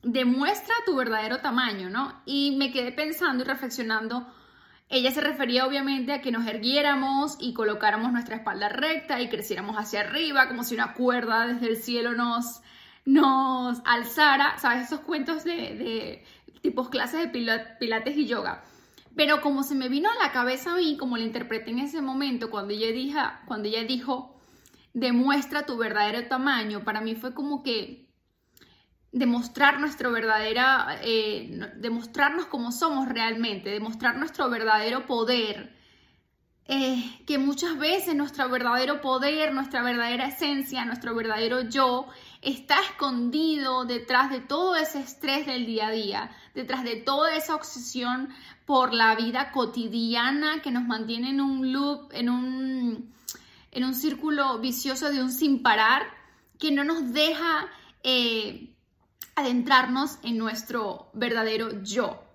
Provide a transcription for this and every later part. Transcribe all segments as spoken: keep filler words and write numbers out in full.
demuestra tu verdadero tamaño, ¿no? Y me quedé pensando y reflexionando. Ella se refería obviamente a que nos erguiéramos y colocáramos nuestra espalda recta y creciéramos hacia arriba, como si una cuerda desde el cielo nos, nos alzara, ¿sabes? Esos cuentos de, de tipos clases de pilates y yoga. Pero como se me vino a la cabeza a mí, como la interpreté en ese momento, cuando ella, dijo, cuando ella dijo, demuestra tu verdadero tamaño, para mí fue como que demostrar nuestro verdadera, eh, demostrarnos cómo somos realmente, demostrar nuestro verdadero poder, eh, que muchas veces nuestro verdadero poder, nuestra verdadera esencia, nuestro verdadero yo, está escondido detrás de todo ese estrés del día a día, detrás de toda esa obsesión por la vida cotidiana que nos mantiene en un loop, en un, en un círculo vicioso de un sin parar, que no nos deja eh, adentrarnos en nuestro verdadero yo.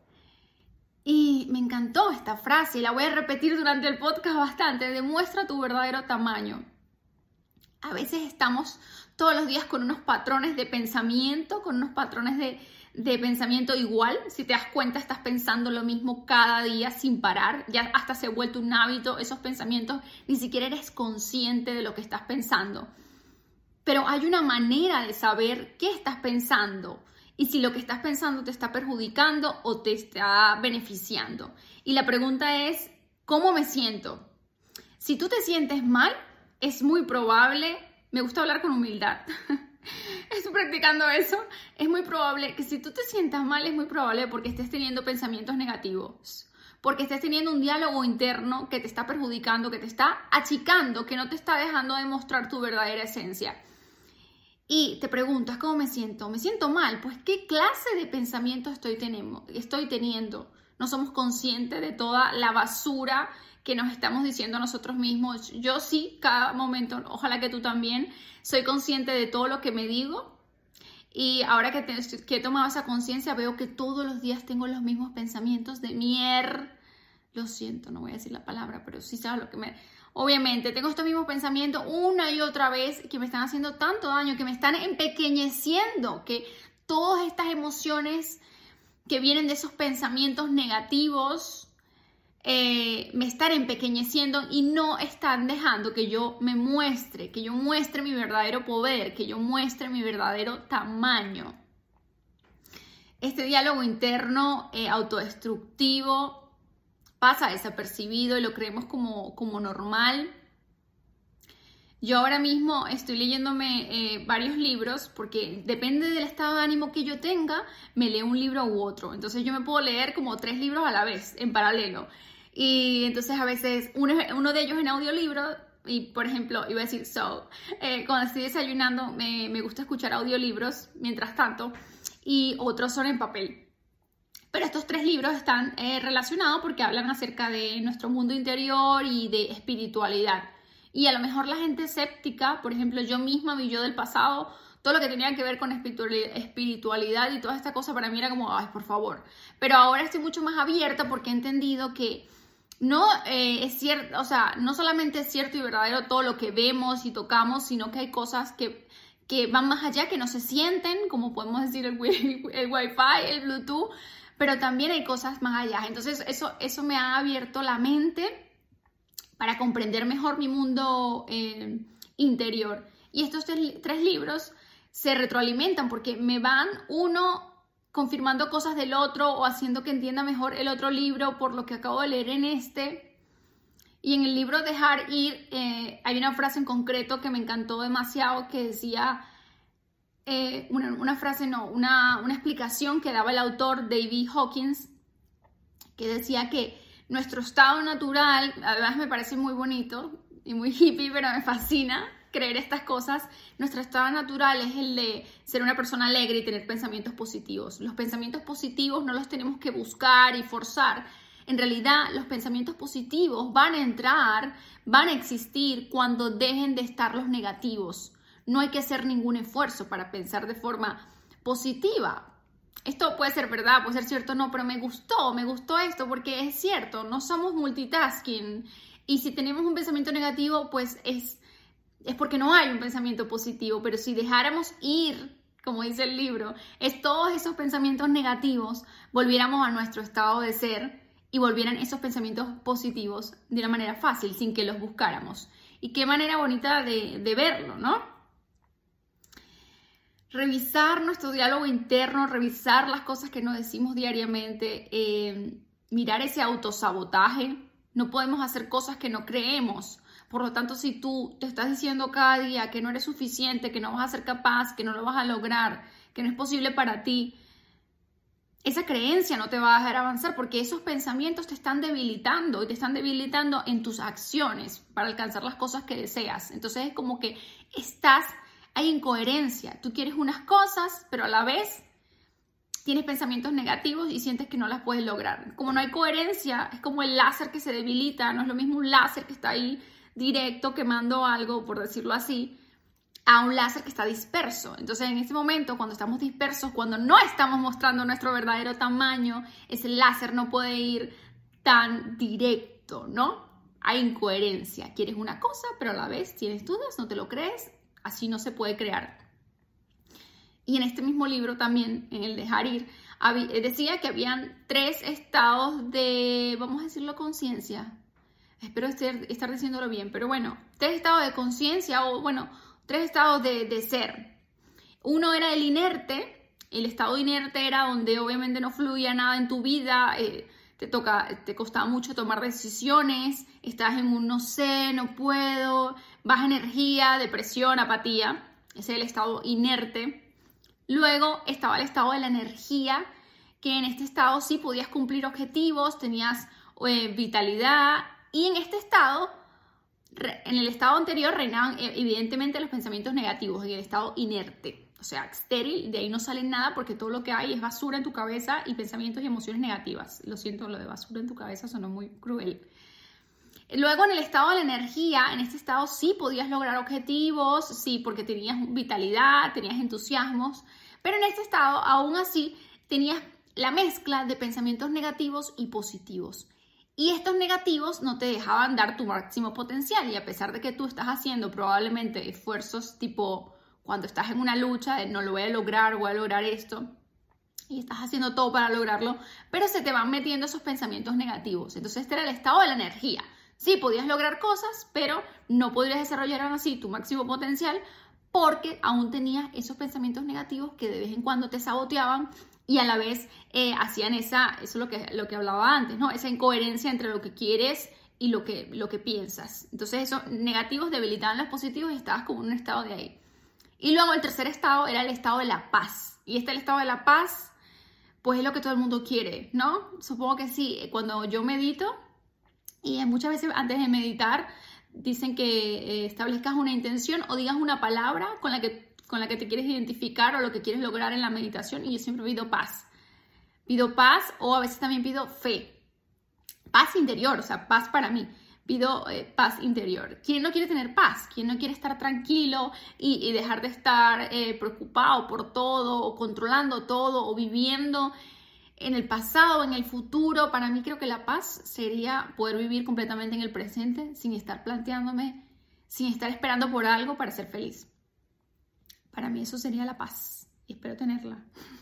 Y me encantó esta frase y la voy a repetir durante el podcast bastante. Demuestra tu verdadero tamaño. A veces estamos todos los días con unos patrones de pensamiento, con unos patrones de, de pensamiento igual. Si te das cuenta, estás pensando lo mismo cada día sin parar. Ya hasta se ha vuelto un hábito esos pensamientos. Ni siquiera eres consciente de lo que estás pensando. Pero hay una manera de saber qué estás pensando y si lo que estás pensando te está perjudicando o te está beneficiando. Y la pregunta es, ¿cómo me siento? Si tú te sientes mal, es muy probable, me gusta hablar con humildad, estoy practicando eso, es muy probable que si tú te sientas mal, es muy probable porque estés teniendo pensamientos negativos. Porque estés teniendo un diálogo interno que te está perjudicando, que te está achicando, que no te está dejando demostrar tu verdadera esencia. Y te preguntas, ¿cómo me siento? ¿Me siento mal? Pues, ¿qué clase de pensamiento estoy teniendo? Estoy teniendo? No somos conscientes de toda la basura que nos estamos diciendo a nosotros mismos. Yo sí, cada momento, ojalá que tú también, soy consciente de todo lo que me digo. Y ahora que, te, que he tomado esa conciencia, veo que todos los días tengo los mismos pensamientos de mierda. Lo siento, no voy a decir la palabra, pero sí sabes lo que me... Obviamente, tengo estos mismos pensamientos una y otra vez que me están haciendo tanto daño, que me están empequeñeciendo, que todas estas emociones que vienen de esos pensamientos negativos eh, me están empequeñeciendo y no están dejando que yo me muestre, que yo muestre mi verdadero poder, que yo muestre mi verdadero tamaño. Este diálogo interno eh, autodestructivo pasa desapercibido y lo creemos como, como normal. Yo ahora mismo estoy leyéndome eh, varios libros porque depende del estado de ánimo que yo tenga, me leo un libro u otro. Entonces yo me puedo leer como tres libros a la vez, en paralelo. Y entonces a veces uno, uno de ellos en audiolibro, y por ejemplo, iba a decir so, eh, cuando estoy desayunando me, me gusta escuchar audiolibros mientras tanto, y otros son en papel. Pero estos tres libros están eh, relacionados porque hablan acerca de nuestro mundo interior y de espiritualidad. Y a lo mejor la gente escéptica, por ejemplo, yo misma, mi yo del pasado, todo lo que tenía que ver con espiritualidad y toda esta cosa para mí era como, ay, por favor. Pero ahora estoy mucho más abierta porque he entendido que no eh, es cierto, o sea, no solamente es cierto y verdadero todo lo que vemos y tocamos, sino que hay cosas que, que van más allá, que no se sienten, como podemos decir el, el Wi-Fi, el Bluetooth, pero también hay cosas más allá. Entonces eso, eso me ha abierto la mente para comprender mejor mi mundo eh, interior. Y estos tres, tres libros se retroalimentan porque me van uno confirmando cosas del otro o haciendo que entienda mejor el otro libro por lo que acabo de leer en este. Y en el libro Dejar Ir eh, hay una frase en concreto que me encantó demasiado que decía, eh, una, una frase no, una, una explicación que daba el autor David Hawkins, que decía que nuestro estado natural, además me parece muy bonito y muy hippie, pero me fascina creer estas cosas. Nuestro estado natural es el de ser una persona alegre y tener pensamientos positivos. Los pensamientos positivos no los tenemos que buscar y forzar. En realidad, los pensamientos positivos van a entrar, van a existir cuando dejen de estar los negativos. No hay que hacer ningún esfuerzo para pensar de forma positiva. Esto puede ser verdad, puede ser cierto o no, pero me gustó, me gustó esto porque es cierto, no somos multitasking y si tenemos un pensamiento negativo, pues es, es porque no hay un pensamiento positivo, pero si dejáramos ir como dice el libro, es todos esos pensamientos negativos volviéramos a nuestro estado de ser y volvieran esos pensamientos positivos de una manera fácil, sin que los buscáramos. Y qué manera bonita de, de verlo, ¿no? Revisar nuestro diálogo interno, revisar las cosas que nos decimos diariamente, eh, mirar ese autosabotaje. No podemos hacer cosas que no creemos. Por lo tanto, si tú te estás diciendo cada día que no eres suficiente, que no vas a ser capaz, que no lo vas a lograr, que no es posible para ti, esa creencia no te va a dejar avanzar porque esos pensamientos te están debilitando y te están debilitando en tus acciones para alcanzar las cosas que deseas. Entonces es como que estás, hay incoherencia. Tú quieres unas cosas, pero a la vez tienes pensamientos negativos y sientes que no las puedes lograr. Como no hay coherencia, es como el láser que se debilita, no es lo mismo un láser que está ahí directo quemando algo, por decirlo así, a un láser que está disperso. Entonces, en ese momento, cuando estamos dispersos, cuando no estamos mostrando nuestro verdadero tamaño, ese láser no puede ir tan directo, ¿no? Hay incoherencia. Quieres una cosa, pero a la vez tienes dudas, no te lo crees, así no se puede crear. Y en este mismo libro también, en el Dejar Ir, decía que habían tres estados de, vamos a decirlo, conciencia. Espero estar, estar diciéndolo bien, pero bueno, tres estados de conciencia o, bueno, tres estados de, de ser. Uno era el inerte. El estado inerte era donde obviamente no fluía nada en tu vida, eh, te, toca, te costaba mucho tomar decisiones, estás en un no sé, no puedo, baja energía, depresión, apatía. Ese es el estado inerte. Luego estaba el estado de la energía, que en este estado sí podías cumplir objetivos, tenías eh, vitalidad, y en este estado, en el estado anterior reinaban evidentemente los pensamientos negativos, en el estado inerte, o sea, estéril, de ahí no sale nada porque todo lo que hay es basura en tu cabeza y pensamientos y emociones negativas. Lo siento, lo de basura en tu cabeza sonó muy cruel. Luego en el estado de la energía, en este estado sí podías lograr objetivos, sí, porque tenías vitalidad, tenías entusiasmos, pero en este estado aún así tenías la mezcla de pensamientos negativos y positivos. Y estos negativos no te dejaban dar tu máximo potencial y a pesar de que tú estás haciendo probablemente esfuerzos tipo cuando estás en una lucha de no lo voy a lograr, voy a lograr esto y estás haciendo todo para lograrlo, pero se te van metiendo esos pensamientos negativos. Entonces este era el estado de la energía. Sí, podías lograr cosas, pero no podrías desarrollar aún así tu máximo potencial porque aún tenías esos pensamientos negativos que de vez en cuando te saboteaban y a la vez eh, hacían esa, eso es lo que, lo que hablaba antes, ¿no? Esa incoherencia entre lo que quieres y lo que, lo que piensas. Entonces esos negativos debilitaban los positivos y estabas como en un estado de ahí. Y luego el tercer estado era el estado de la paz. Y este el estado de la paz, pues es lo que todo el mundo quiere, ¿no? Supongo que sí. Cuando yo medito, y muchas veces antes de meditar, dicen que eh, establezcas una intención o digas una palabra con la que con la que te quieres identificar o lo que quieres lograr en la meditación y yo siempre pido paz. Pido paz o a veces también pido fe. Paz interior, o sea, paz para mí. Pido eh, paz interior. ¿Quién no quiere tener paz? ¿Quién no quiere estar tranquilo y, y dejar de estar eh, preocupado por todo o controlando todo o viviendo en el pasado, en el futuro? Para mí creo que la paz sería poder vivir completamente en el presente sin estar planteándome, sin estar esperando por algo para ser feliz. Para mí eso sería la paz y espero tenerla.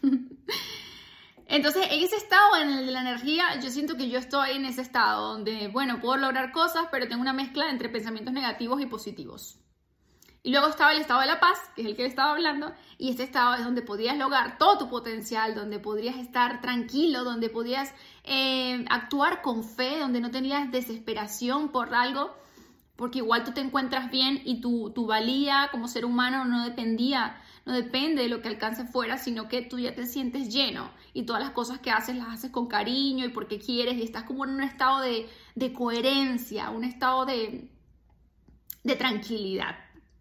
Entonces, en ese estado, en el de la energía, yo siento que yo estoy en ese estado donde, bueno, puedo lograr cosas, pero tengo una mezcla entre pensamientos negativos y positivos. Y luego estaba el estado de la paz, que es el que estaba hablando, y este estado es donde podías lograr todo tu potencial, donde podrías estar tranquilo, donde podías eh, actuar con fe, donde no tenías desesperación por algo, porque igual tú te encuentras bien y tu, tu valía como ser humano no dependía, no depende de lo que alcance fuera, sino que tú ya te sientes lleno y todas las cosas que haces las haces con cariño y porque quieres y estás como en un estado de, de coherencia, un estado de, de tranquilidad,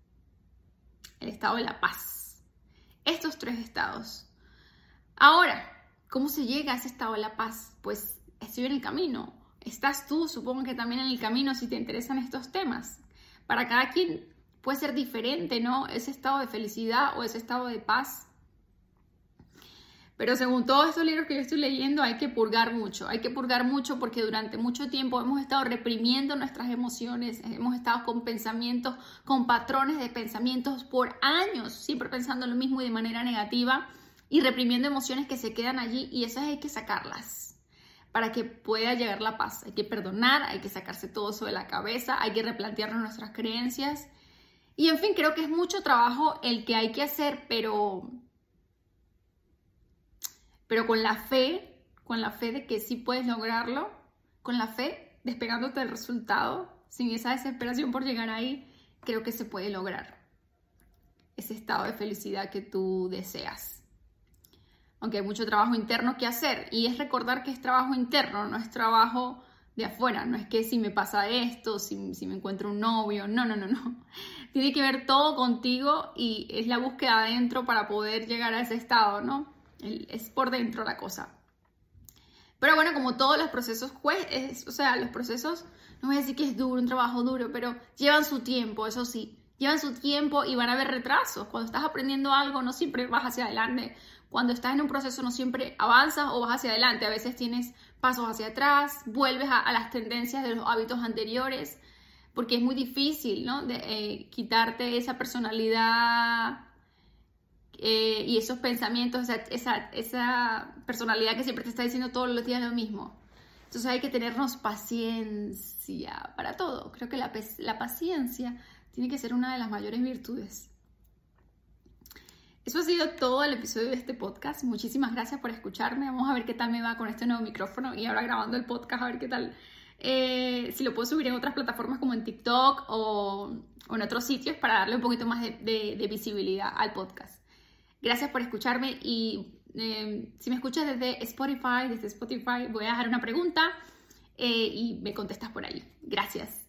el estado de la paz. Estos tres estados. Ahora, ¿cómo se llega a ese estado de la paz? Pues estoy en el camino. Estás tú, supongo que también en el camino si te interesan estos temas. Para cada quien puede ser diferente, ¿no? Ese estado de felicidad o ese estado de paz. Pero según todos estos libros que yo estoy leyendo, hay que purgar mucho, hay que purgar mucho porque durante mucho tiempo hemos estado reprimiendo nuestras emociones, hemos estado con pensamientos, con patrones de pensamientos por años, siempre pensando lo mismo y de manera negativa y reprimiendo emociones que se quedan allí y esas hay que sacarlas para que pueda llegar la paz. Hay que perdonar, hay que sacarse todo eso de la cabeza, hay que replantearnos nuestras creencias y en fin, creo que es mucho trabajo el que hay que hacer, pero... Pero con la fe, con la fe de que sí puedes lograrlo, con la fe despegándote del resultado, sin esa desesperación por llegar ahí, creo que se puede lograr ese estado de felicidad que tú deseas. Aunque hay mucho trabajo interno que hacer y es recordar que es trabajo interno, no es trabajo de afuera, no es que si me pasa esto, si, si me encuentro un novio, no, no, no, no. Tiene que ver todo contigo y es la búsqueda adentro para poder llegar a ese estado, ¿no? Es por dentro la cosa. Pero bueno, como todos los procesos, es, o sea, los procesos, no voy a decir que es duro, un trabajo duro, pero llevan su tiempo, eso sí, llevan su tiempo y van a haber retrasos. Cuando estás aprendiendo algo, no siempre vas hacia adelante. Cuando estás en un proceso, no siempre avanzas o vas hacia adelante. A veces tienes pasos hacia atrás, vuelves a, a las tendencias de los hábitos anteriores, porque es muy difícil, ¿no? De, eh, quitarte esa personalidad... Eh, y esos pensamientos, esa, esa, esa personalidad que siempre te está diciendo todos los días lo mismo. Entonces hay que tenernos paciencia para todo. Creo que la, la paciencia tiene que ser una de las mayores virtudes. Eso ha sido todo el episodio de este podcast. Muchísimas gracias por escucharme. Vamos a ver qué tal me va con este nuevo micrófono y ahora grabando el podcast, a ver qué tal. Eh, si lo puedo subir en otras plataformas como en TikTok o, o en otros sitios para darle un poquito más de, de, de visibilidad al podcast. Gracias por escucharme y eh, si me escuchas desde Spotify, desde Spotify voy a dejar una pregunta eh, y me contestas por ahí. Gracias.